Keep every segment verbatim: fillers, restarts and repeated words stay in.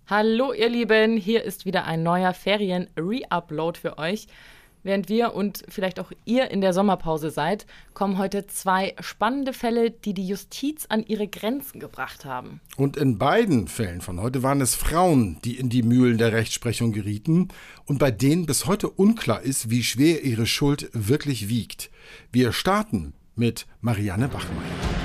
Hallo ihr Lieben, hier ist wieder ein neuer Ferien-Re-Upload für euch. Während wir und vielleicht auch ihr in der Sommerpause seid, kommen heute zwei spannende Fälle, die die Justiz an ihre Grenzen gebracht haben. Und in beiden Fällen von heute waren es Frauen, die in die Mühlen der Rechtsprechung gerieten und bei denen bis heute unklar ist, wie schwer ihre Schuld wirklich wiegt. Wir starten mit Marianne Bachmeier.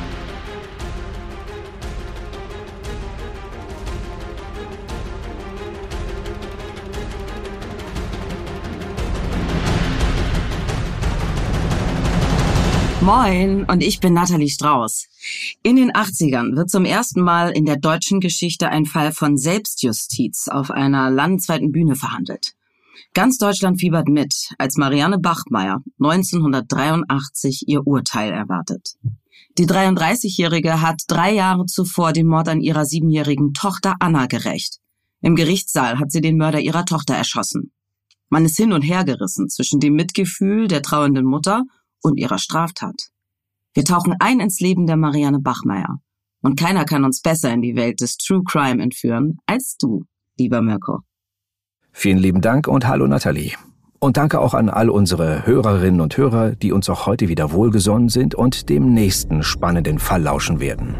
Moin, und ich bin Nathalie Strauß. In den achtzigern wird zum ersten Mal in der deutschen Geschichte ein Fall von Selbstjustiz auf einer landesweiten Bühne verhandelt. Ganz Deutschland fiebert mit, als Marianne Bachmeier neunzehnhundertdreiundachtzig ihr Urteil erwartet. Die dreiunddreißigjährige hat drei Jahre zuvor den Mord an ihrer siebenjährigen Tochter Anna gerächt. Im Gerichtssaal hat sie den Mörder ihrer Tochter erschossen. Man ist hin und her gerissen zwischen dem Mitgefühl der trauernden Mutter und ihrer Straftat. Wir tauchen ein ins Leben der Marianne Bachmeier. Und keiner kann uns besser in die Welt des True Crime entführen als du, lieber Mirko. Vielen lieben Dank und hallo Nathalie. Und danke auch an all unsere Hörerinnen und Hörer, die uns auch heute wieder wohlgesonnen sind und dem nächsten spannenden Fall lauschen werden.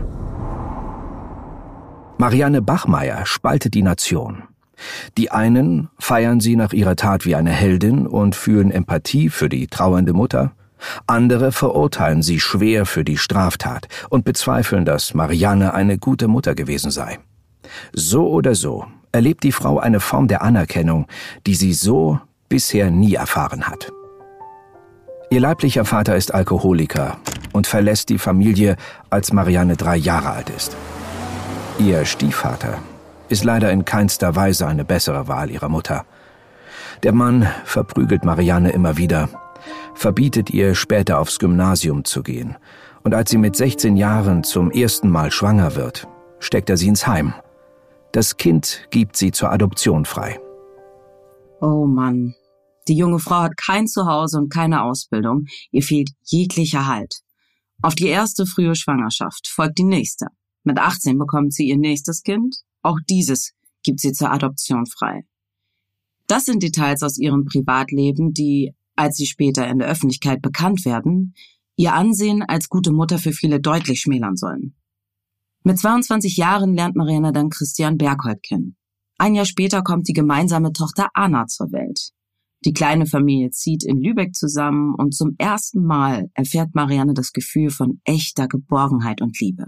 Marianne Bachmeier spaltet die Nation. Die einen feiern sie nach ihrer Tat wie eine Heldin und fühlen Empathie für die trauernde Mutter. Andere verurteilen sie schwer für die Straftat und bezweifeln, dass Marianne eine gute Mutter gewesen sei. So oder so erlebt die Frau eine Form der Anerkennung, die sie so bisher nie erfahren hat. Ihr leiblicher Vater ist Alkoholiker und verlässt die Familie, als Marianne drei Jahre alt ist. Ihr Stiefvater ist leider in keinster Weise eine bessere Wahl ihrer Mutter. Der Mann verprügelt Marianne immer wieder, verbietet ihr später aufs Gymnasium zu gehen. Und als sie mit sechzehn Jahren zum ersten Mal schwanger wird, steckt er sie ins Heim. Das Kind gibt sie zur Adoption frei. Oh Mann, die junge Frau hat kein Zuhause und keine Ausbildung. Ihr fehlt jeglicher Halt. Auf die erste frühe Schwangerschaft folgt die nächste. Mit achtzehn bekommt sie ihr nächstes Kind. Auch dieses gibt sie zur Adoption frei. Das sind Details aus ihrem Privatleben, die, als sie später in der Öffentlichkeit bekannt werden, ihr Ansehen als gute Mutter für viele deutlich schmälern sollen. Mit zweiundzwanzig Jahren lernt Marianne dann Christian Berghold kennen. Ein Jahr später kommt die gemeinsame Tochter Anna zur Welt. Die kleine Familie zieht in Lübeck zusammen und zum ersten Mal erfährt Marianne das Gefühl von echter Geborgenheit und Liebe.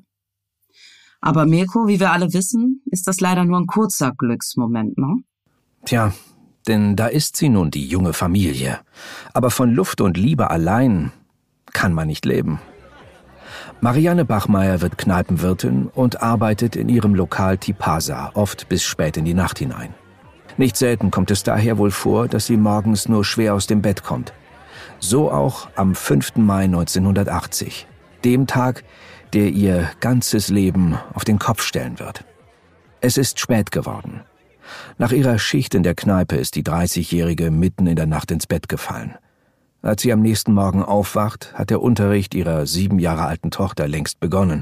Aber Mirko, wie wir alle wissen, ist das leider nur ein kurzer Glücksmoment, ne? Tja, denn da ist sie nun, die junge Familie. Aber von Luft und Liebe allein kann man nicht leben. Marianne Bachmeier wird Kneipenwirtin und arbeitet in ihrem Lokal Tipasa, oft bis spät in die Nacht hinein. Nicht selten kommt es daher wohl vor, dass sie morgens nur schwer aus dem Bett kommt. So auch am fünften Mai neunzehnhundertachtzig, dem Tag, der ihr ganzes Leben auf den Kopf stellen wird. Es ist spät geworden. Nach ihrer Schicht in der Kneipe ist die dreißigjährige mitten in der Nacht ins Bett gefallen. Als sie am nächsten Morgen aufwacht, hat der Unterricht ihrer sieben Jahre alten Tochter längst begonnen.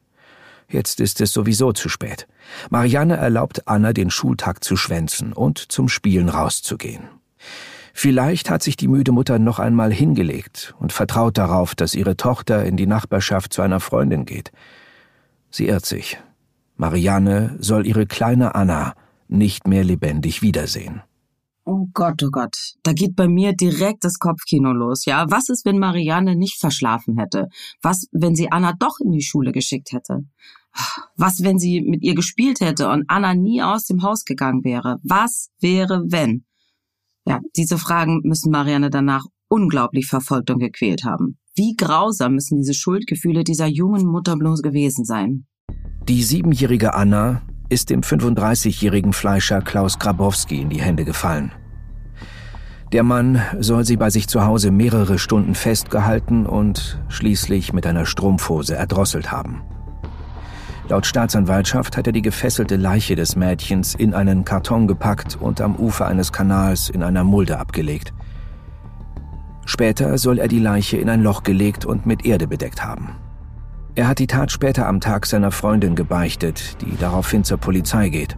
Jetzt ist es sowieso zu spät. Marianne erlaubt Anna, den Schultag zu schwänzen und zum Spielen rauszugehen. Vielleicht hat sich die müde Mutter noch einmal hingelegt und vertraut darauf, dass ihre Tochter in die Nachbarschaft zu einer Freundin geht. Sie irrt sich. Marianne soll ihre kleine Anna nicht mehr lebendig wiedersehen. Oh Gott, oh Gott, da geht bei mir direkt das Kopfkino los, ja? Was ist, wenn Marianne nicht verschlafen hätte? Was, wenn sie Anna doch in die Schule geschickt hätte? Was, wenn sie mit ihr gespielt hätte und Anna nie aus dem Haus gegangen wäre? Was wäre, wenn? Ja, diese Fragen müssen Marianne danach unglaublich verfolgt und gequält haben. Wie grausam müssen diese Schuldgefühle dieser jungen Mutter bloß gewesen sein? Die siebenjährige Anna ist dem fünfunddreißigjährigen Fleischer Klaus Grabowski in die Hände gefallen. Der Mann soll sie bei sich zu Hause mehrere Stunden festgehalten und schließlich mit einer Strumpfhose erdrosselt haben. Laut Staatsanwaltschaft hat er die gefesselte Leiche des Mädchens in einen Karton gepackt und am Ufer eines Kanals in einer Mulde abgelegt. Später soll er die Leiche in ein Loch gelegt und mit Erde bedeckt haben. Er hat die Tat später am Tag seiner Freundin gebeichtet, die daraufhin zur Polizei geht.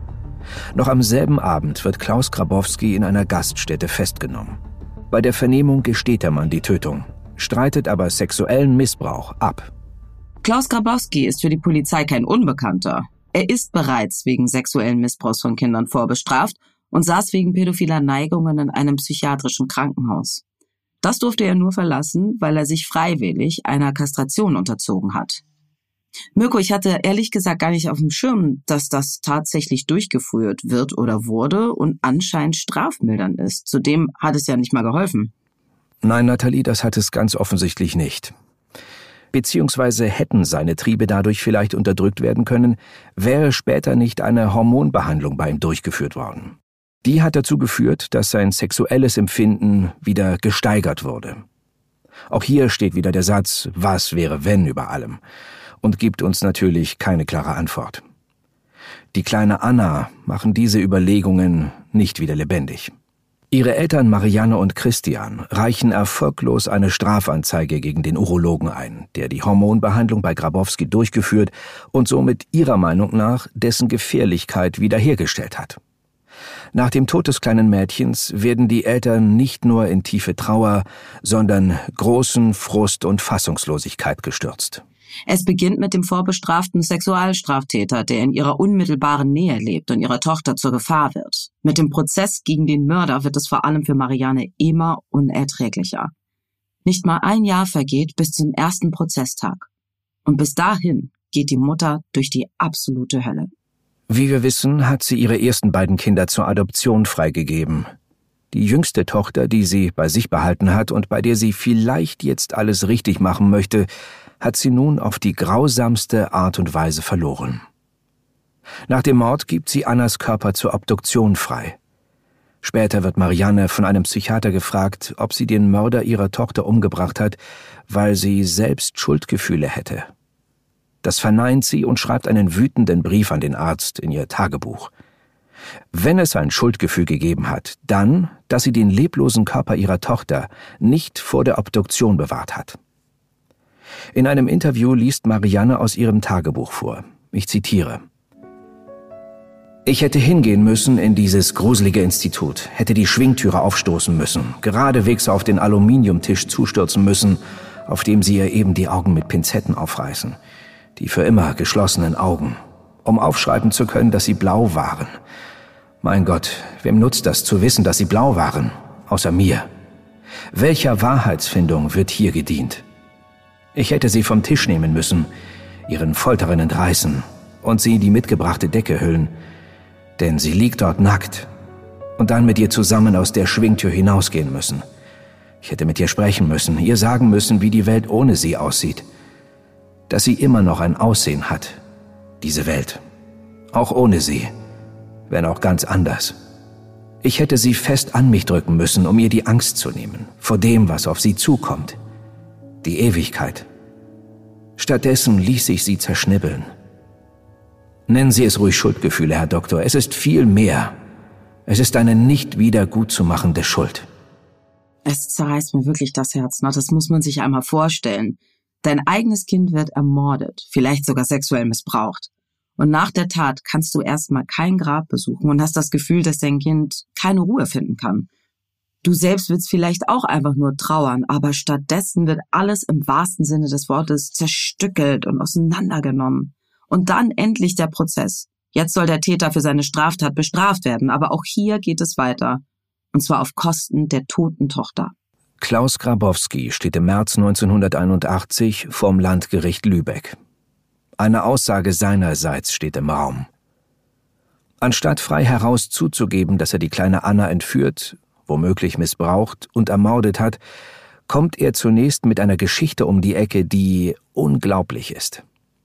Noch am selben Abend wird Klaus Grabowski in einer Gaststätte festgenommen. Bei der Vernehmung gesteht der Mann die Tötung, streitet aber sexuellen Missbrauch ab. Klaus Grabowski ist für die Polizei kein Unbekannter. Er ist bereits wegen sexuellen Missbrauchs von Kindern vorbestraft und saß wegen pädophiler Neigungen in einem psychiatrischen Krankenhaus. Das durfte er nur verlassen, weil er sich freiwillig einer Kastration unterzogen hat. Mirko, ich hatte ehrlich gesagt gar nicht auf dem Schirm, dass das tatsächlich durchgeführt wird oder wurde und anscheinend strafmildernd ist. Zudem hat es ja nicht mal geholfen. Nein, Nathalie, das hat es ganz offensichtlich nicht. Beziehungsweise hätten seine Triebe dadurch vielleicht unterdrückt werden können, wäre später nicht eine Hormonbehandlung bei ihm durchgeführt worden. Die hat dazu geführt, dass sein sexuelles Empfinden wieder gesteigert wurde. Auch hier steht wieder der Satz, was wäre wenn über allem, und gibt uns natürlich keine klare Antwort. Die kleine Anna machen diese Überlegungen nicht wieder lebendig. Ihre Eltern Marianne und Christian reichen erfolglos eine Strafanzeige gegen den Urologen ein, der die Hormonbehandlung bei Grabowski durchgeführt und somit ihrer Meinung nach dessen Gefährlichkeit wiederhergestellt hat. Nach dem Tod des kleinen Mädchens werden die Eltern nicht nur in tiefe Trauer, sondern großen Frust und Fassungslosigkeit gestürzt. Es beginnt mit dem vorbestraften Sexualstraftäter, der in ihrer unmittelbaren Nähe lebt und ihrer Tochter zur Gefahr wird. Mit dem Prozess gegen den Mörder wird es vor allem für Marianne immer unerträglicher. Nicht mal ein Jahr vergeht bis zum ersten Prozesstag. Und bis dahin geht die Mutter durch die absolute Hölle. Wie wir wissen, hat sie ihre ersten beiden Kinder zur Adoption freigegeben. Die jüngste Tochter, die sie bei sich behalten hat und bei der sie vielleicht jetzt alles richtig machen möchte, hat sie nun auf die grausamste Art und Weise verloren. Nach dem Mord gibt sie Annas Körper zur Obduktion frei. Später wird Marianne von einem Psychiater gefragt, ob sie den Mörder ihrer Tochter umgebracht hat, weil sie selbst Schuldgefühle hätte. Das verneint sie und schreibt einen wütenden Brief an den Arzt in ihr Tagebuch. Wenn es ein Schuldgefühl gegeben hat, dann, dass sie den leblosen Körper ihrer Tochter nicht vor der Obduktion bewahrt hat. In einem Interview liest Marianne aus ihrem Tagebuch vor. Ich zitiere: Ich hätte hingehen müssen in dieses gruselige Institut, hätte die Schwingtüre aufstoßen müssen, geradewegs auf den Aluminiumtisch zustürzen müssen, auf dem sie ihr eben die Augen mit Pinzetten aufreißen, die für immer geschlossenen Augen, um aufschreiben zu können, dass sie blau waren. Mein Gott, wem nutzt das, zu wissen, dass sie blau waren, außer mir? Welcher Wahrheitsfindung wird hier gedient? Ich hätte sie vom Tisch nehmen müssen, ihren Folterer entreißen und sie in die mitgebrachte Decke hüllen, denn sie liegt dort nackt, und dann mit ihr zusammen aus der Schwingtür hinausgehen müssen. Ich hätte mit ihr sprechen müssen, ihr sagen müssen, wie die Welt ohne sie aussieht, dass sie immer noch ein Aussehen hat, diese Welt, auch ohne sie, wenn auch ganz anders. Ich hätte sie fest an mich drücken müssen, um ihr die Angst zu nehmen, vor dem, was auf sie zukommt. Die Ewigkeit. Stattdessen ließ ich sie zerschnibbeln. Nennen Sie es ruhig Schuldgefühle, Herr Doktor. Es ist viel mehr. Es ist eine nicht wieder gut zu machende Schuld. Es zerreißt mir wirklich das Herz. Na, das muss man sich einmal vorstellen. Dein eigenes Kind wird ermordet, vielleicht sogar sexuell missbraucht. Und nach der Tat kannst du erstmal kein Grab besuchen und hast das Gefühl, dass dein Kind keine Ruhe finden kann. Du selbst willst vielleicht auch einfach nur trauern, aber stattdessen wird alles im wahrsten Sinne des Wortes zerstückelt und auseinandergenommen. Und dann endlich der Prozess. Jetzt soll der Täter für seine Straftat bestraft werden, aber auch hier geht es weiter. Und zwar auf Kosten der toten Tochter. Klaus Grabowski steht im März neunzehnhunderteinundachtzig vorm Landgericht Lübeck. Eine Aussage seinerseits steht im Raum. Anstatt frei heraus zuzugeben, dass er die kleine Anna entführt, womöglich missbraucht und ermordet hat, kommt er zunächst mit einer Geschichte um die Ecke, die unglaublich ist.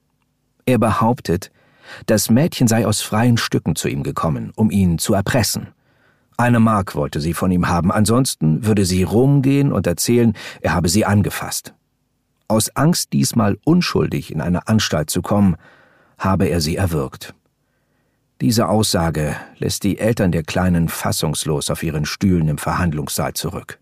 Er behauptet, das Mädchen sei aus freien Stücken zu ihm gekommen, um ihn zu erpressen. Eine Mark wollte sie von ihm haben, ansonsten würde sie rumgehen und erzählen, er habe sie angefasst. Aus Angst, diesmal unschuldig in eine Anstalt zu kommen, habe er sie erwürgt. Diese Aussage lässt die Eltern der Kleinen fassungslos auf ihren Stühlen im Verhandlungssaal zurück.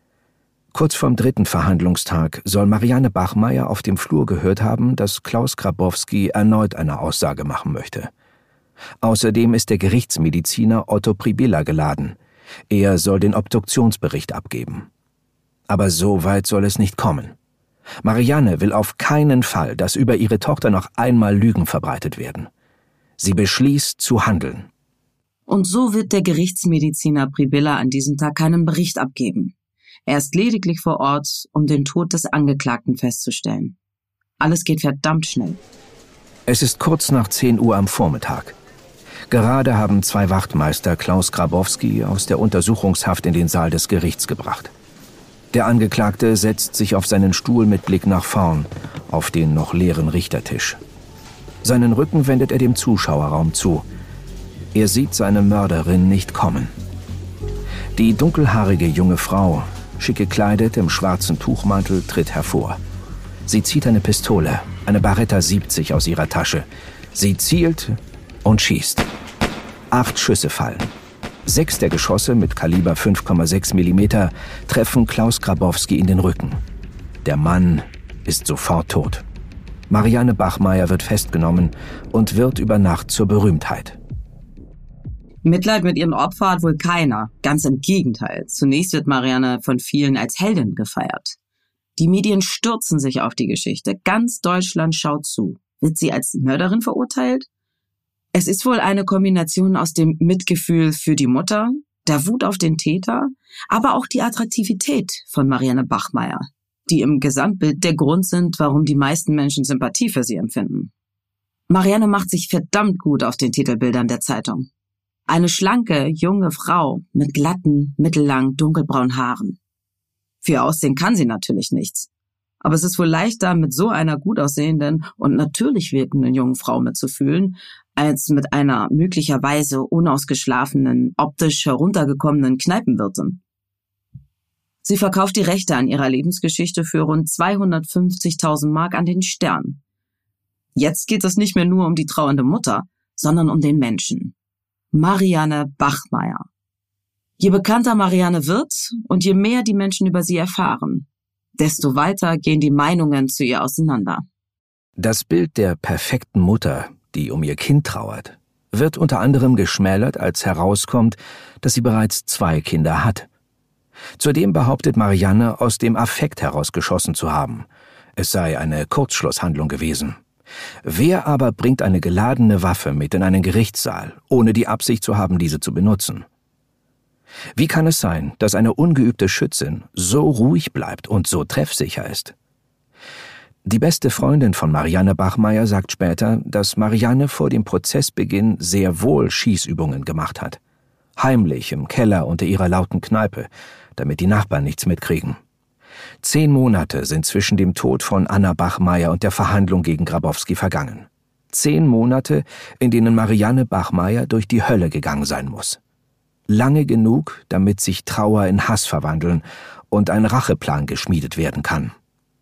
Kurz vorm dritten Verhandlungstag soll Marianne Bachmeier auf dem Flur gehört haben, dass Klaus Grabowski erneut eine Aussage machen möchte. Außerdem ist der Gerichtsmediziner Otto Pribylla geladen. Er soll den Obduktionsbericht abgeben. Aber so weit soll es nicht kommen. Marianne will auf keinen Fall, dass über ihre Tochter noch einmal Lügen verbreitet werden. Sie beschließt zu handeln. Und so wird der Gerichtsmediziner Pribylla an diesem Tag keinen Bericht abgeben. Er ist lediglich vor Ort, um den Tod des Angeklagten festzustellen. Alles geht verdammt schnell. Es ist kurz nach zehn Uhr am Vormittag. Gerade haben zwei Wachtmeister Klaus Grabowski aus der Untersuchungshaft in den Saal des Gerichts gebracht. Der Angeklagte setzt sich auf seinen Stuhl mit Blick nach vorn, auf den noch leeren Richtertisch. Seinen Rücken wendet er dem Zuschauerraum zu. Er sieht seine Mörderin nicht kommen. Die dunkelhaarige junge Frau, schick gekleidet im schwarzen Tuchmantel, tritt hervor. Sie zieht eine Pistole, eine Beretta siebzig aus ihrer Tasche. Sie zielt und schießt. Acht Schüsse fallen. Sechs der Geschosse mit Kaliber fünf Komma sechs Millimeter treffen Klaus Grabowski in den Rücken. Der Mann ist sofort tot. Marianne Bachmeier wird festgenommen und wird über Nacht zur Berühmtheit. Mitleid mit ihrem Opfer hat wohl keiner. Ganz im Gegenteil. Zunächst wird Marianne von vielen als Heldin gefeiert. Die Medien stürzen sich auf die Geschichte. Ganz Deutschland schaut zu. Wird sie als Mörderin verurteilt? Es ist wohl eine Kombination aus dem Mitgefühl für die Mutter, der Wut auf den Täter, aber auch die Attraktivität von Marianne Bachmeier, die im Gesamtbild der Grund sind, warum die meisten Menschen Sympathie für sie empfinden. Marianne macht sich verdammt gut auf den Titelbildern der Zeitung. Eine schlanke, junge Frau mit glatten, mittellangen, dunkelbraunen Haaren. Für ihr Aussehen kann sie natürlich nichts. Aber es ist wohl leichter, mit so einer gut aussehenden und natürlich wirkenden jungen Frau mitzufühlen, als mit einer möglicherweise unausgeschlafenen, optisch heruntergekommenen Kneipenwirtin. Sie verkauft die Rechte an ihrer Lebensgeschichte für rund zweihundertfünfzigtausend Mark an den Stern. Jetzt geht es nicht mehr nur um die trauernde Mutter, sondern um den Menschen. Marianne Bachmeier. Je bekannter Marianne wird und je mehr die Menschen über sie erfahren, desto weiter gehen die Meinungen zu ihr auseinander. Das Bild der perfekten Mutter, die um ihr Kind trauert, wird unter anderem geschmälert, als herauskommt, dass sie bereits zwei Kinder hat. Zudem behauptet Marianne, aus dem Affekt herausgeschossen zu haben. Es sei eine Kurzschlusshandlung gewesen. Wer aber bringt eine geladene Waffe mit in einen Gerichtssaal, ohne die Absicht zu haben, diese zu benutzen? Wie kann es sein, dass eine ungeübte Schützin so ruhig bleibt und so treffsicher ist? Die beste Freundin von Marianne Bachmeier sagt später, dass Marianne vor dem Prozessbeginn sehr wohl Schießübungen gemacht hat. Heimlich im Keller unter ihrer lauten Kneipe, damit die Nachbarn nichts mitkriegen. Zehn Monate sind zwischen dem Tod von Anna Bachmeier und der Verhandlung gegen Grabowski vergangen. Zehn Monate, in denen Marianne Bachmeier durch die Hölle gegangen sein muss. Lange genug, damit sich Trauer in Hass verwandeln und ein Racheplan geschmiedet werden kann.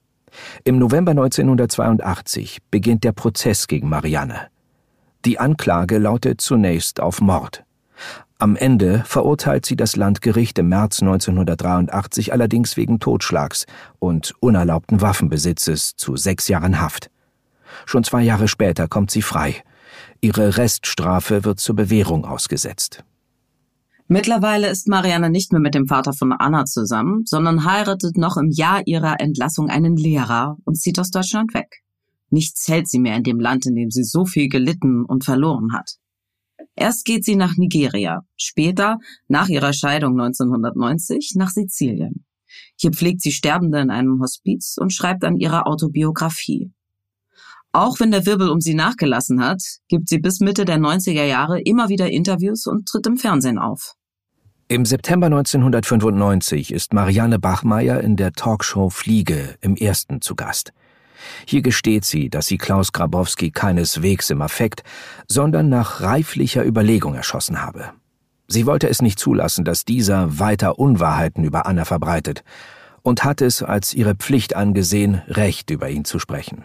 Im November neunzehnhundertzweiundachtzig beginnt der Prozess gegen Marianne. Die Anklage lautet zunächst auf Mord. Am Ende verurteilt sie das Landgericht im März neunzehnhundertdreiundachtzig allerdings wegen Totschlags und unerlaubten Waffenbesitzes zu sechs Jahren Haft. Schon zwei Jahre später kommt sie frei. Ihre Reststrafe wird zur Bewährung ausgesetzt. Mittlerweile ist Marianne nicht mehr mit dem Vater von Anna zusammen, sondern heiratet noch im Jahr ihrer Entlassung einen Lehrer und zieht aus Deutschland weg. Nichts hält sie mehr in dem Land, in dem sie so viel gelitten und verloren hat. Erst geht sie nach Nigeria, später, nach ihrer Scheidung neunzehnhundertneunzig, nach Sizilien. Hier pflegt sie Sterbende in einem Hospiz und schreibt an ihrer Autobiografie. Auch wenn der Wirbel um sie nachgelassen hat, gibt sie bis Mitte der neunziger Jahre immer wieder Interviews und tritt im Fernsehen auf. Im September neunzehnhundertfünfundneunzig ist Marianne Bachmeier in der Talkshow Fliege im Ersten zu Gast. Hier gesteht sie, dass sie Klaus Grabowski keineswegs im Affekt, sondern nach reiflicher Überlegung erschossen habe. Sie wollte es nicht zulassen, dass dieser weiter Unwahrheiten über Anna verbreitet und hat es als ihre Pflicht angesehen, Recht über ihn zu sprechen.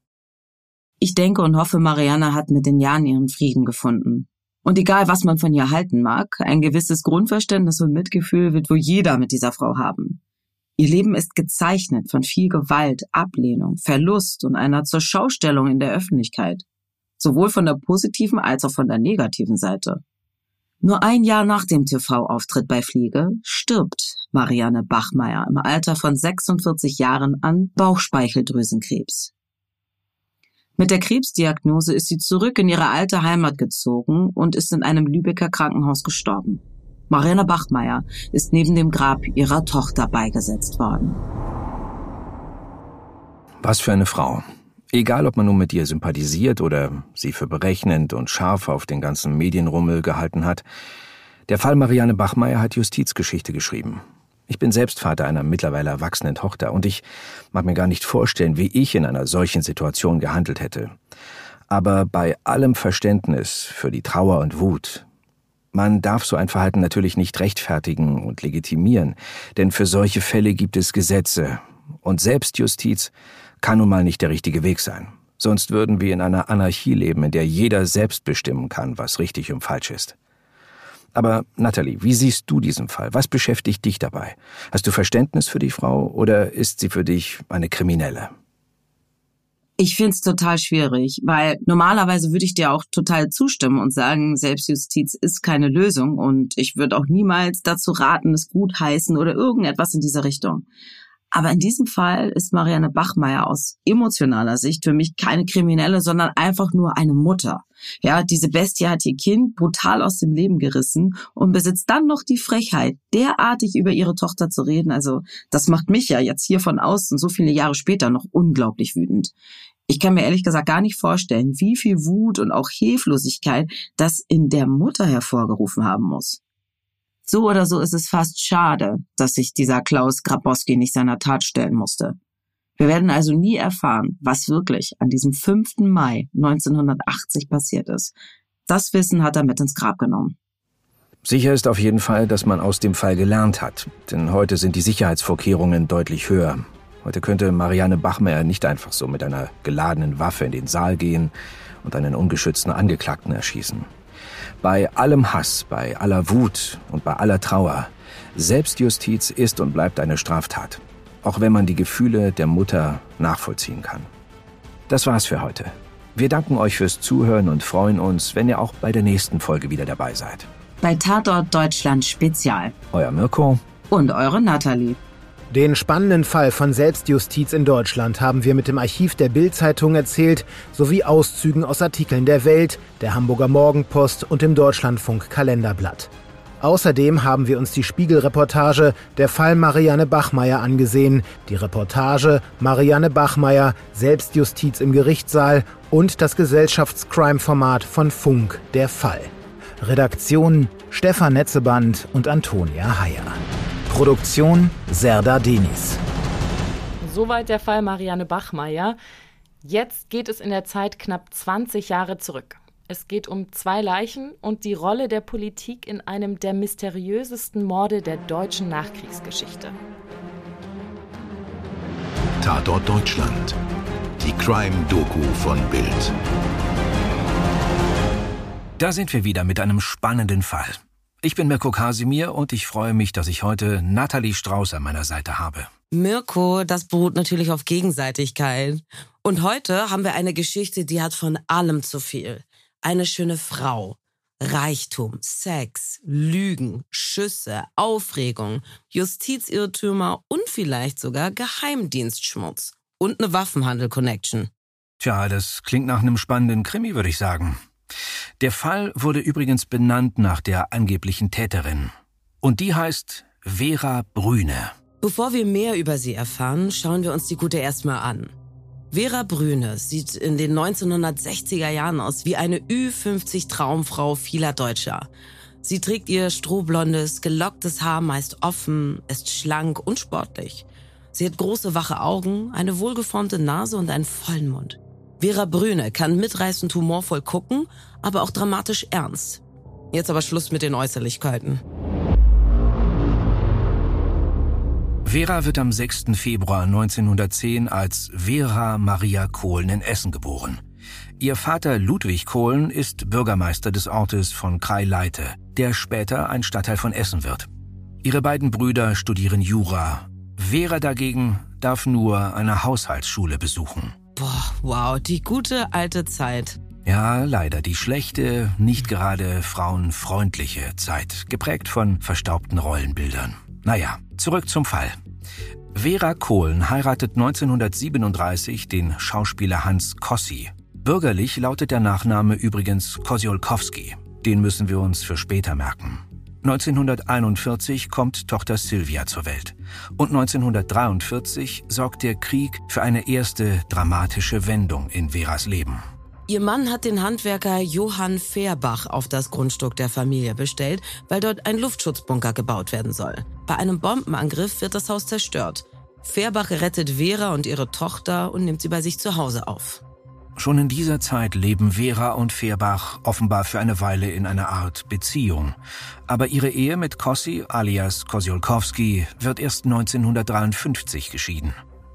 Ich denke und hoffe, Marianne hat mit den Jahren ihren Frieden gefunden. Und egal, was man von ihr halten mag, ein gewisses Grundverständnis und Mitgefühl wird wohl jeder mit dieser Frau haben. Ihr Leben ist gezeichnet von viel Gewalt, Ablehnung, Verlust und einer Zurschaustellung in der Öffentlichkeit. Sowohl von der positiven als auch von der negativen Seite. Nur ein Jahr nach dem T V-Auftritt bei Fliege stirbt Marianne Bachmeier im Alter von sechsundvierzig Jahren an Bauchspeicheldrüsenkrebs. Mit der Krebsdiagnose ist sie zurück in ihre alte Heimat gezogen und ist in einem Lübecker Krankenhaus gestorben. Marianne Bachmeier ist neben dem Grab ihrer Tochter beigesetzt worden. Was für eine Frau. Egal, ob man nun mit ihr sympathisiert oder sie für berechnend und scharf auf den ganzen Medienrummel gehalten hat. Der Fall Marianne Bachmeier hat Justizgeschichte geschrieben. Ich bin selbst Vater einer mittlerweile erwachsenen Tochter und ich mag mir gar nicht vorstellen, wie ich in einer solchen Situation gehandelt hätte. Aber bei allem Verständnis für die Trauer und Wut, man darf so ein Verhalten natürlich nicht rechtfertigen und legitimieren, denn für solche Fälle gibt es Gesetze und Selbstjustiz kann nun mal nicht der richtige Weg sein. Sonst würden wir in einer Anarchie leben, in der jeder selbst bestimmen kann, was richtig und falsch ist. Aber Natalie, wie siehst du diesen Fall? Was beschäftigt dich dabei? Hast du Verständnis für die Frau oder ist sie für dich eine Kriminelle? Ich find's total schwierig, weil normalerweise würde ich dir auch total zustimmen und sagen, Selbstjustiz ist keine Lösung und ich würde auch niemals dazu raten, es gutheißen oder irgendetwas in dieser Richtung. Aber in diesem Fall ist Marianne Bachmeier aus emotionaler Sicht für mich keine Kriminelle, sondern einfach nur eine Mutter. Ja, diese Bestie hat ihr Kind brutal aus dem Leben gerissen und besitzt dann noch die Frechheit, derartig über ihre Tochter zu reden. Also das macht mich ja jetzt hier von außen so viele Jahre später noch unglaublich wütend. Ich kann mir ehrlich gesagt gar nicht vorstellen, wie viel Wut und auch Hilflosigkeit das in der Mutter hervorgerufen haben muss. So oder so ist es fast schade, dass sich dieser Klaus Grabowski nicht seiner Tat stellen musste. Wir werden also nie erfahren, was wirklich an diesem fünften Mai neunzehnhundertachtzig passiert ist. Das Wissen hat er mit ins Grab genommen. Sicher ist auf jeden Fall, dass man aus dem Fall gelernt hat. Denn heute sind die Sicherheitsvorkehrungen deutlich höher. Heute könnte Marianne Bachmeier nicht einfach so mit einer geladenen Waffe in den Saal gehen und einen ungeschützten Angeklagten erschießen. Bei allem Hass, bei aller Wut und bei aller Trauer, Selbstjustiz ist und bleibt eine Straftat. Auch wenn man die Gefühle der Mutter nachvollziehen kann. Das war's für heute. Wir danken euch fürs Zuhören und freuen uns, wenn ihr auch bei der nächsten Folge wieder dabei seid. Bei Tatort Deutschland Spezial. Euer Mirko und eure Natalie. Den spannenden Fall von Selbstjustiz in Deutschland haben wir mit dem Archiv der Bild-Zeitung erzählt, sowie Auszügen aus Artikeln der Welt, der Hamburger Morgenpost und dem Deutschlandfunk Kalenderblatt. Außerdem haben wir uns die Spiegel-Reportage Der Fall Marianne Bachmeier angesehen, die Reportage Marianne Bachmeier, Selbstjustiz im Gerichtssaal und das Gesellschaftscrime-Format von Funk, Der Fall. Redaktion Stefan Netzeband und Antonia Heyer. Produktion Serdar Deniz. Soweit der Fall Marianne Bachmeier. Jetzt geht es in der Zeit knapp zwanzig Jahre zurück. Es geht um zwei Leichen und die Rolle der Politik in einem der mysteriösesten Morde der deutschen Nachkriegsgeschichte. Tatort Deutschland. Die Crime-Doku von Bild. Da sind wir wieder mit einem spannenden Fall. Ich bin Mirko Kasimir und ich freue mich, dass ich heute Natalie Strauß an meiner Seite habe. Mirko, das beruht natürlich auf Gegenseitigkeit. Und heute haben wir eine Geschichte, die hat von allem zu viel. Eine schöne Frau, Reichtum, Sex, Lügen, Schüsse, Aufregung, Justizirrtümer und vielleicht sogar Geheimdienstschmutz. Und eine Waffenhandel-Connection. Tja, das klingt nach einem spannenden Krimi, würde ich sagen. Der Fall wurde übrigens benannt nach der angeblichen Täterin. Und die heißt Vera Brühne. Bevor wir mehr über sie erfahren, schauen wir uns die Gute erstmal an. Vera Brühne sieht in den neunzehnhundertsechziger Jahren aus wie eine Ü fünfzig Traumfrau vieler Deutscher. Sie trägt ihr strohblondes, gelocktes Haar meist offen, ist schlank und sportlich. Sie hat große, wache Augen, eine wohlgeformte Nase und einen vollen Mund. Vera Brühne kann mitreißend humorvoll gucken, aber auch dramatisch ernst. Jetzt aber Schluss mit den Äußerlichkeiten. Vera wird am sechsten Februar neunzehnhundertzehn als Vera Maria Kohlen in Essen geboren. Ihr Vater Ludwig Kohlen ist Bürgermeister des Ortes von Krei-Leite, der später ein Stadtteil von Essen wird. Ihre beiden Brüder studieren Jura. Vera dagegen darf nur eine Haushaltsschule besuchen. Boah, wow, die gute alte Zeit. Ja, leider die schlechte, nicht gerade frauenfreundliche Zeit, geprägt von verstaubten Rollenbildern. Naja, zurück zum Fall. Vera Kohlen heiratet neunzehnhundertsiebenunddreißig den Schauspieler Hans Kossi. Bürgerlich lautet der Nachname übrigens Kosiolkowski. Den müssen wir uns für später merken. neunzehnhunderteinundvierzig kommt Tochter Sylvia zur Welt. Und neunzehnhundertdreiundvierzig sorgt der Krieg für eine erste dramatische Wendung in Veras Leben. Ihr Mann hat den Handwerker Johann Fehrbach auf das Grundstück der Familie bestellt, weil dort ein Luftschutzbunker gebaut werden soll. Bei einem Bombenangriff wird das Haus zerstört. Fehrbach rettet Vera und ihre Tochter und nimmt sie bei sich zu Hause auf. Schon in dieser Zeit leben Vera und Fehrbach offenbar für eine Weile in einer Art Beziehung. Aber ihre Ehe mit Kossi alias Kosiolkowski wird erst neunzehnhundertdreiundfünfzig geschieden.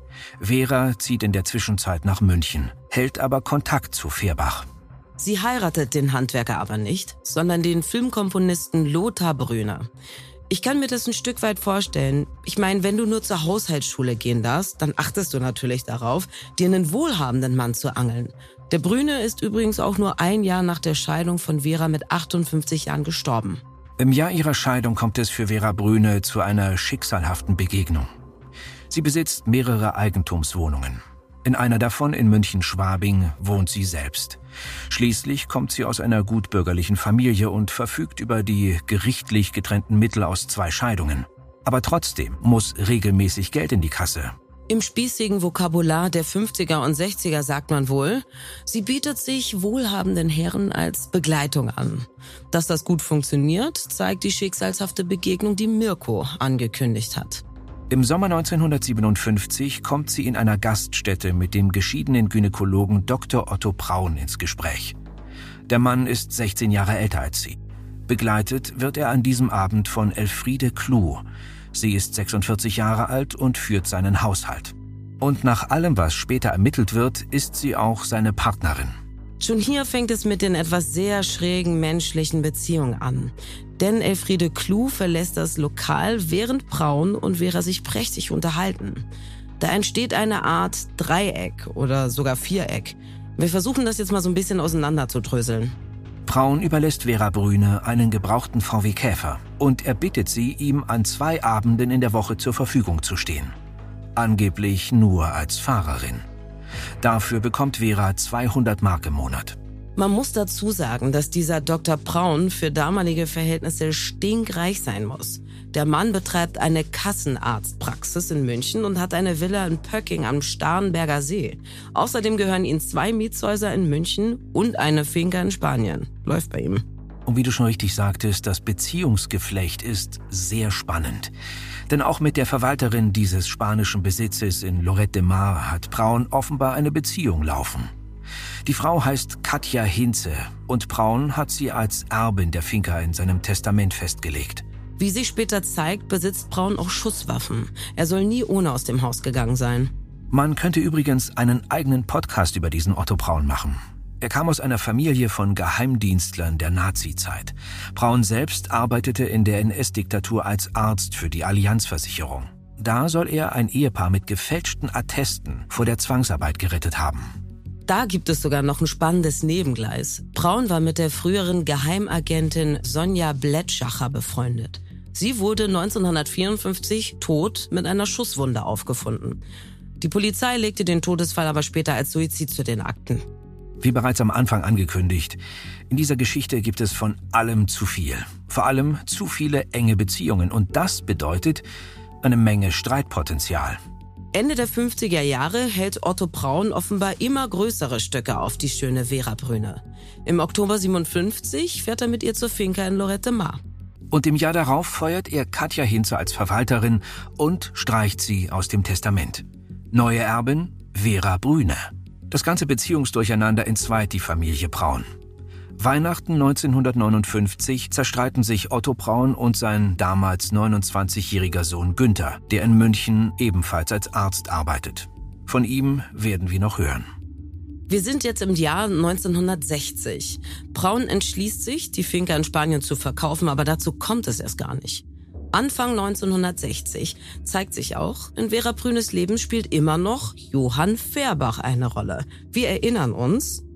Vera zieht in der Zwischenzeit nach München, hält aber Kontakt zu Fehrbach. Sie heiratet den Handwerker aber nicht, sondern den Filmkomponisten Lothar Brühne. Ich kann mir das ein Stück weit vorstellen. Ich meine, wenn du nur zur Haushaltsschule gehen darfst, dann achtest du natürlich darauf, dir einen wohlhabenden Mann zu angeln. Der Brühne ist übrigens auch nur ein Jahr nach der Scheidung von Vera mit achtundfünfzig Jahren gestorben. Im Jahr ihrer Scheidung kommt es für Vera Brühne zu einer schicksalhaften Begegnung. Sie besitzt mehrere Eigentumswohnungen. In einer davon in München-Schwabing wohnt sie selbst. Schließlich kommt sie aus einer gutbürgerlichen Familie und verfügt über die gerichtlich getrennten Mittel aus zwei Scheidungen. Aber trotzdem muss regelmäßig Geld in die Kasse. Im spießigen Vokabular der fünfziger und sechziger sagt man wohl, sie bietet sich wohlhabenden Herren als Begleitung an. Dass das gut funktioniert, zeigt die schicksalshafte Begegnung, die Mirko angekündigt hat. Im Sommer neunzehnhundertsiebenundfünfzig kommt sie in einer Gaststätte mit dem geschiedenen Gynäkologen Doktor Otto Braun ins Gespräch. Der Mann ist sechzehn Jahre älter als sie. Begleitet wird er an diesem Abend von Elfriede Kluh. Sie ist sechsundvierzig Jahre alt und führt seinen Haushalt. Und nach allem, was später ermittelt wird, ist sie auch seine Partnerin. Schon hier fängt es mit den etwas sehr schrägen menschlichen Beziehungen an. Denn Elfriede Kluh verlässt das Lokal, während Braun und Vera sich prächtig unterhalten. Da entsteht eine Art Dreieck oder sogar Viereck. Wir versuchen das jetzt mal so ein bisschen auseinanderzudröseln. Braun überlässt Vera Brühne einen gebrauchten V W Käfer und er bittet sie, ihm an zwei Abenden in der Woche zur Verfügung zu stehen. Angeblich nur als Fahrerin. Dafür bekommt Vera zweihundert Mark im Monat. Man muss dazu sagen, dass dieser Doktor Braun für damalige Verhältnisse stinkreich sein muss. Der Mann betreibt eine Kassenarztpraxis in München und hat eine Villa in Pöcking am Starnberger See. Außerdem gehören ihm zwei Mietshäuser in München und eine Finca in Spanien. Läuft bei ihm. Und wie du schon richtig sagtest, das Beziehungsgeflecht ist sehr spannend. Denn auch mit der Verwalterin dieses spanischen Besitzes in Lloret de Mar hat Braun offenbar eine Beziehung laufen. Die Frau heißt Katja Hinze und Braun hat sie als Erbin der Finca in seinem Testament festgelegt. Wie sich später zeigt, besitzt Braun auch Schusswaffen. Er soll nie ohne aus dem Haus gegangen sein. Man könnte übrigens einen eigenen Podcast über diesen Otto Braun machen. Er kam aus einer Familie von Geheimdienstlern der Nazi-Zeit. Braun selbst arbeitete in der N S-Diktatur als Arzt für die Allianz-Versicherung. Da soll er ein Ehepaar mit gefälschten Attesten vor der Zwangsarbeit gerettet haben. Da gibt es sogar noch ein spannendes Nebengleis. Braun war mit der früheren Geheimagentin Sonja Blätschacher befreundet. Sie wurde neunzehnhundertvierundfünfzig tot mit einer Schusswunde aufgefunden. Die Polizei legte den Todesfall aber später als Suizid zu den Akten. Wie bereits am Anfang angekündigt, in dieser Geschichte gibt es von allem zu viel. Vor allem zu viele enge Beziehungen und das bedeutet eine Menge Streitpotenzial. Ende der fünfziger Jahre hält Otto Braun offenbar immer größere Stücke auf die schöne Vera Brühne. Im Oktober siebenundfünfzig fährt er mit ihr zur Finca in Lloret de Mar. Und im Jahr darauf feuert er Katja Hinze als Verwalterin und streicht sie aus dem Testament. Neue Erbin Vera Brühne. Das ganze Beziehungsdurcheinander entzweit die Familie Braun. Weihnachten neunzehnhundertneunundfünfzig zerstreiten sich Otto Braun und sein damals neunundzwanzigjähriger Sohn Günther, der in München ebenfalls als Arzt arbeitet. Von ihm werden wir noch hören. Wir sind jetzt im Jahr neunzehnhundertsechzig. Braun entschließt sich, die Finca in Spanien zu verkaufen, aber dazu kommt es erst gar nicht. Anfang neunzehnhundertsechzig zeigt sich auch, in Vera Brühnes Leben spielt immer noch Johann Fehrbach eine Rolle. Wir erinnern uns,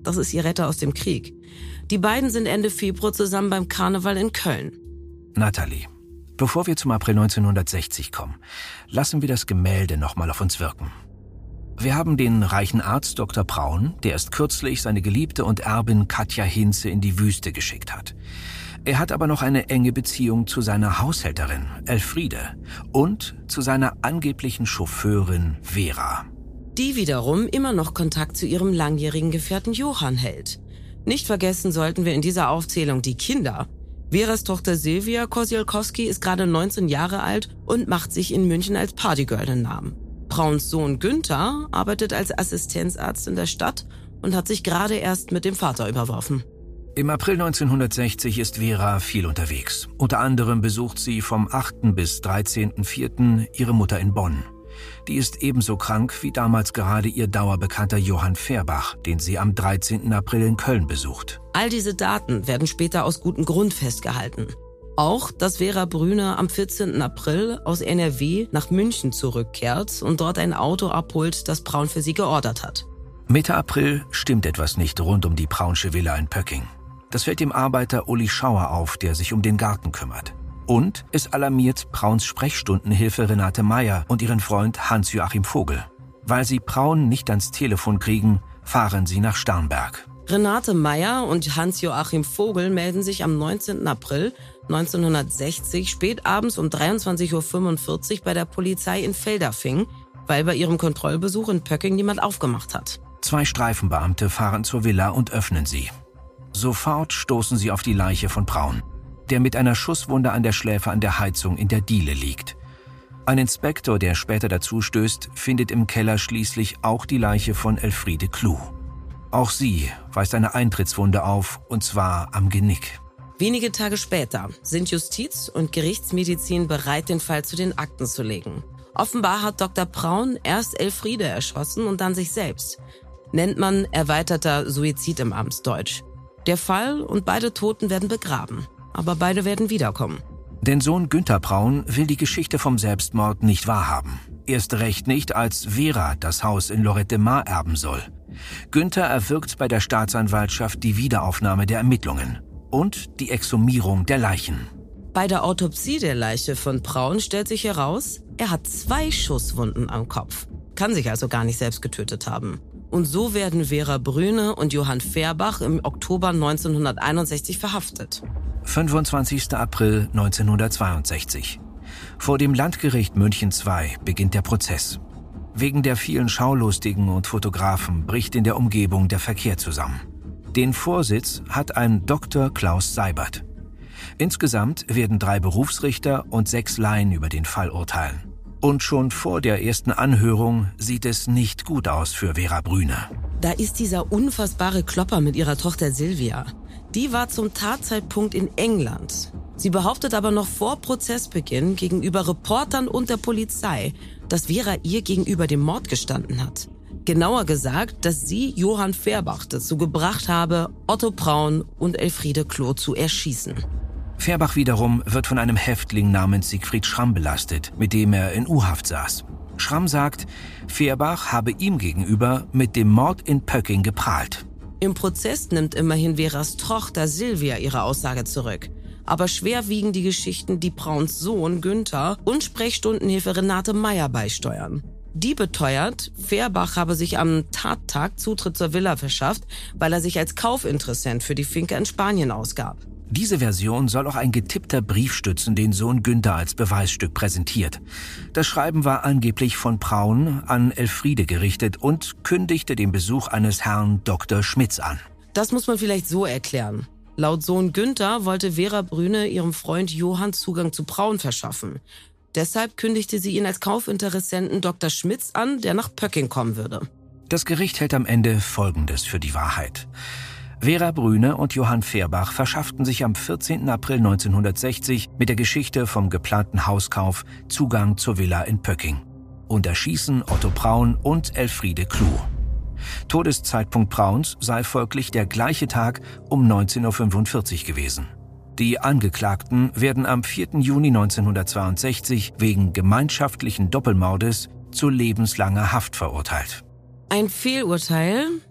Das ist ihr Retter aus dem Krieg. Die beiden sind Ende Februar zusammen beim Karneval in Köln. Nathalie, bevor wir zum April neunzehnhundertsechzig kommen, lassen wir das Gemälde nochmal auf uns wirken. Wir haben den reichen Arzt Doktor Braun, der erst kürzlich seine Geliebte und Erbin Katja Hinze in die Wüste geschickt hat. Er hat aber noch eine enge Beziehung zu seiner Haushälterin Elfriede und zu seiner angeblichen Chauffeurin Vera. Die wiederum immer noch Kontakt zu ihrem langjährigen Gefährten Johann hält. Nicht vergessen sollten wir in dieser Aufzählung die Kinder. Veras Tochter Silvia Kosiolkowski ist gerade neunzehn Jahre alt und macht sich in München als Partygirl den Namen. Brauns Sohn Günther arbeitet als Assistenzarzt in der Stadt und hat sich gerade erst mit dem Vater überworfen. Im April neunzehnhundertsechzig ist Vera viel unterwegs. Unter anderem besucht sie vom achten bis dreizehnten vierten ihre Mutter in Bonn. Die ist ebenso krank wie damals gerade ihr dauerbekannter Johann Fehrbach, den sie am dreizehnten April in Köln besucht. All diese Daten werden später aus gutem Grund festgehalten. Auch, dass Vera Brühne am vierzehnten April aus N R W nach München zurückkehrt und dort ein Auto abholt, das Braun für sie geordert hat. Mitte April stimmt etwas nicht rund um die Braunsche Villa in Pöcking. Das fällt dem Arbeiter Uli Schauer auf, der sich um den Garten kümmert. Und es alarmiert Brauns Sprechstundenhilfe Renate Meyer und ihren Freund Hans-Joachim Vogel. Weil sie Braun nicht ans Telefon kriegen, fahren sie nach Starnberg. Renate Meyer und Hans-Joachim Vogel melden sich am neunzehnten April neunzehnhundertsechzig spät abends um dreiundzwanzig Uhr fünfundvierzig bei der Polizei in Feldafing, weil bei ihrem Kontrollbesuch in Pöcking niemand aufgemacht hat. Zwei Streifenbeamte fahren zur Villa und öffnen sie. Sofort stoßen sie auf die Leiche von Braun, der mit einer Schusswunde an der Schläfe an der Heizung in der Diele liegt. Ein Inspektor, der später dazustößt, findet im Keller schließlich auch die Leiche von Elfriede Kluh. Auch sie weist eine Eintrittswunde auf, und zwar am Genick. Wenige Tage später sind Justiz und Gerichtsmedizin bereit, den Fall zu den Akten zu legen. Offenbar hat Doktor Braun erst Elfriede erschossen und dann sich selbst. Nennt man erweiterter Suizid im Amtsdeutsch. Der Fall und beide Toten werden begraben. Aber beide werden wiederkommen. Denn Sohn Günther Braun will die Geschichte vom Selbstmord nicht wahrhaben. Erst recht nicht, als Vera das Haus in Lorette Mar erben soll. Günther erwirkt bei der Staatsanwaltschaft die Wiederaufnahme der Ermittlungen und die Exhumierung der Leichen. Bei der Autopsie der Leiche von Braun stellt sich heraus, er hat zwei Schusswunden am Kopf. Kann sich also gar nicht selbst getötet haben. Und so werden Vera Brühne und Johann Fehrbach im Oktober neunzehnhunderteinundsechzig verhaftet. fünfundzwanzigsten April neunzehnhundertzweiundsechzig. Vor dem Landgericht München zwei beginnt der Prozess. Wegen der vielen Schaulustigen und Fotografen bricht in der Umgebung der Verkehr zusammen. Den Vorsitz hat ein Doktor Klaus Seibert. Insgesamt werden drei Berufsrichter und sechs Laien über den Fall urteilen. Und schon vor der ersten Anhörung sieht es nicht gut aus für Vera Brühne. Da ist dieser unfassbare Klopper mit ihrer Tochter Silvia. Die war zum Tatzeitpunkt in England. Sie behauptet aber noch vor Prozessbeginn gegenüber Reportern und der Polizei, dass Vera ihr gegenüber dem Mord gestanden hat. Genauer gesagt, dass sie Johann Fehrbach dazu gebracht habe, Otto Braun und Elfriede Kluh zu erschießen. Fehrbach wiederum wird von einem Häftling namens Siegfried Schramm belastet, mit dem er in U-Haft saß. Schramm sagt, Fehrbach habe ihm gegenüber mit dem Mord in Pöcking geprahlt. Im Prozess nimmt immerhin Veras Tochter Silvia ihre Aussage zurück. Aber schwer wiegen die Geschichten, die Brauns Sohn Günther und Sprechstundenhilfe Renate Meyer beisteuern. Die beteuert, Fehrbach habe sich am Tattag Zutritt zur Villa verschafft, weil er sich als Kaufinteressent für die Finke in Spanien ausgab. Diese Version soll auch ein getippter Brief stützen, den Sohn Günther als Beweisstück präsentiert. Das Schreiben war angeblich von Braun an Elfriede gerichtet und kündigte den Besuch eines Herrn Doktor Schmitz an. Das muss man vielleicht so erklären. Laut Sohn Günther wollte Vera Brühne ihrem Freund Johann Zugang zu Braun verschaffen. Deshalb kündigte sie ihn als Kaufinteressenten Doktor Schmitz an, der nach Pöcking kommen würde. Das Gericht hält am Ende Folgendes für die Wahrheit. Vera Brühne und Johann Fehrbach verschafften sich am vierzehnten April neunzehnhundertsechzig mit der Geschichte vom geplanten Hauskauf Zugang zur Villa in Pöcking und erschießen Otto Braun und Elfriede Kluh. Todeszeitpunkt Brauns sei folglich der gleiche Tag um neunzehn Uhr fünfundvierzig gewesen. Die Angeklagten werden am vierten Juni neunzehnhundertzweiundsechzig wegen gemeinschaftlichen Doppelmordes zu lebenslanger Haft verurteilt. Ein Fehlurteil?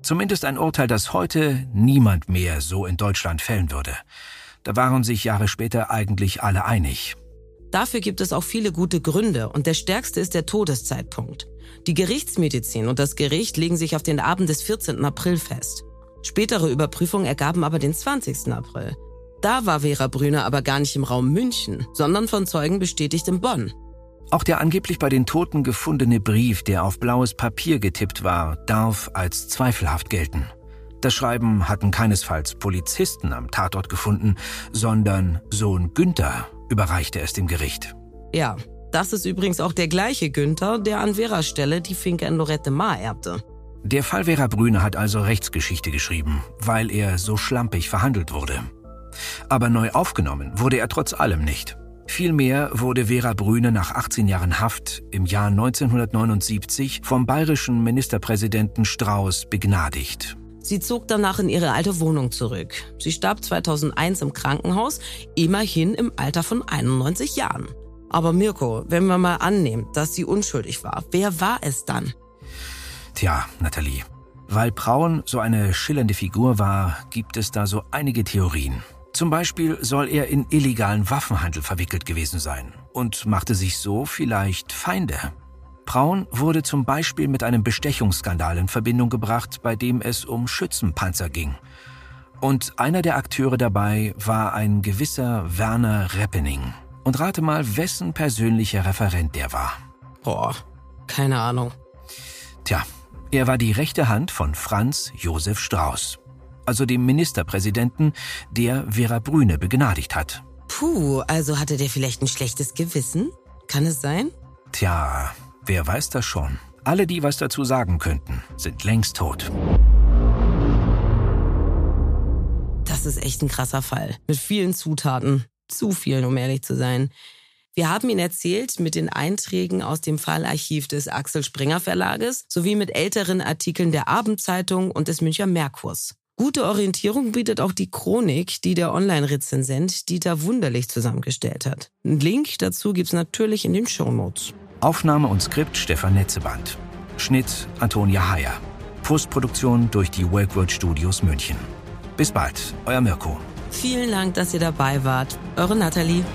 Zumindest ein Urteil, das heute niemand mehr so in Deutschland fällen würde. Da waren sich Jahre später eigentlich alle einig. Dafür gibt es auch viele gute Gründe und der stärkste ist der Todeszeitpunkt. Die Gerichtsmedizin und das Gericht legen sich auf den Abend des vierzehnten April fest. Spätere Überprüfungen ergaben aber den zwanzigsten April. Da war Vera Brühner aber gar nicht im Raum München, sondern von Zeugen bestätigt in Bonn. Auch der angeblich bei den Toten gefundene Brief, der auf blaues Papier getippt war, darf als zweifelhaft gelten. Das Schreiben hatten keinesfalls Polizisten am Tatort gefunden, sondern Sohn Günther überreichte es dem Gericht. Ja, das ist übrigens auch der gleiche Günther, der an Veras Stelle die Finca in Lorette Mar erbte. Der Fall Vera Brühner hat also Rechtsgeschichte geschrieben, weil er so schlampig verhandelt wurde. Aber neu aufgenommen wurde er trotz allem nicht. Vielmehr wurde Vera Brühner nach achtzehn Jahren Haft im Jahr neunzehnhundertneunundsiebzig vom bayerischen Ministerpräsidenten Strauß begnadigt. Sie zog danach in ihre alte Wohnung zurück. Sie starb zweitausendeins im Krankenhaus, immerhin im Alter von einundneunzig Jahren. Aber Mirko, wenn wir mal annehmen, dass sie unschuldig war, wer war es dann? Tja, Nathalie, weil Praun so eine schillernde Figur war, gibt es da so einige Theorien. Zum Beispiel soll er in illegalen Waffenhandel verwickelt gewesen sein und machte sich so vielleicht Feinde. Praun wurde zum Beispiel mit einem Bestechungsskandal in Verbindung gebracht, bei dem es um Schützenpanzer ging. Und einer der Akteure dabei war ein gewisser Werner Reppening. Und rate mal, wessen persönlicher Referent der war. Boah, keine Ahnung. Tja, er war die rechte Hand von Franz Josef Strauß, also dem Ministerpräsidenten, der Vera Brühner begnadigt hat. Puh, also hatte der vielleicht ein schlechtes Gewissen? Kann es sein? Tja, wer weiß das schon? Alle, die was dazu sagen könnten, sind längst tot. Das ist echt ein krasser Fall. Mit vielen Zutaten. Zu vielen, um ehrlich zu sein. Wir haben ihn erzählt mit den Einträgen aus dem Fallarchiv des Axel Springer Verlages sowie mit älteren Artikeln der Abendzeitung und des Münchner Merkurs. Gute Orientierung bietet auch die Chronik, die der Online-Rezensent Dieter Wunderlich zusammengestellt hat. Einen Link dazu gibt's natürlich in den Shownotes. Aufnahme und Skript Stefan Netzeband. Schnitt Antonia Heyer. Postproduktion durch die Wakeword Studios München. Bis bald, euer Mirko. Vielen Dank, dass ihr dabei wart. Eure Nathalie.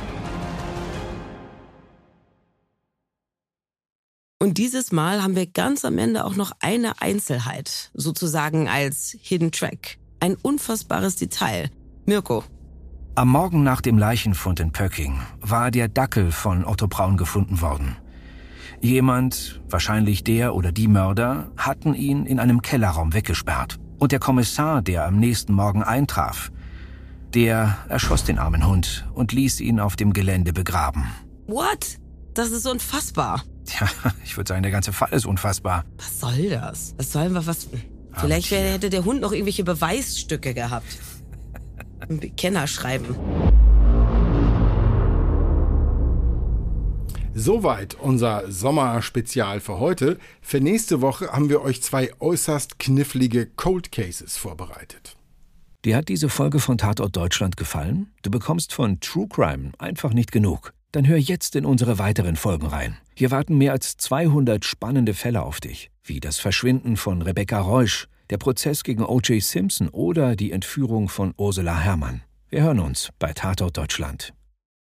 Und dieses Mal haben wir ganz am Ende auch noch eine Einzelheit, sozusagen als Hidden Track. Ein unfassbares Detail. Mirko. Am Morgen nach dem Leichenfund in Pöcking war der Dackel von Otto Braun gefunden worden. Jemand, wahrscheinlich der oder die Mörder, hatten ihn in einem Kellerraum weggesperrt. Und der Kommissar, der am nächsten Morgen eintraf, der erschoss den armen Hund und ließ ihn auf dem Gelände begraben. What? Das ist unfassbar. Tja, ich würde sagen, der ganze Fall ist unfassbar. Was soll das? Was sollen wir was... Vielleicht wär, hätte der Hund noch irgendwelche Beweisstücke gehabt. Ein Bekennerschreiben. Soweit unser Sommerspezial für heute. Für nächste Woche haben wir euch zwei äußerst knifflige Cold Cases vorbereitet. Dir hat diese Folge von Tatort Deutschland gefallen? Du bekommst von True Crime einfach nicht genug. Dann hör jetzt in unsere weiteren Folgen rein. Hier warten mehr als zweihundert spannende Fälle auf dich, wie das Verschwinden von Rebecca Reusch, der Prozess gegen O J Simpson oder die Entführung von Ursula Herrmann. Wir hören uns bei Tatort Deutschland.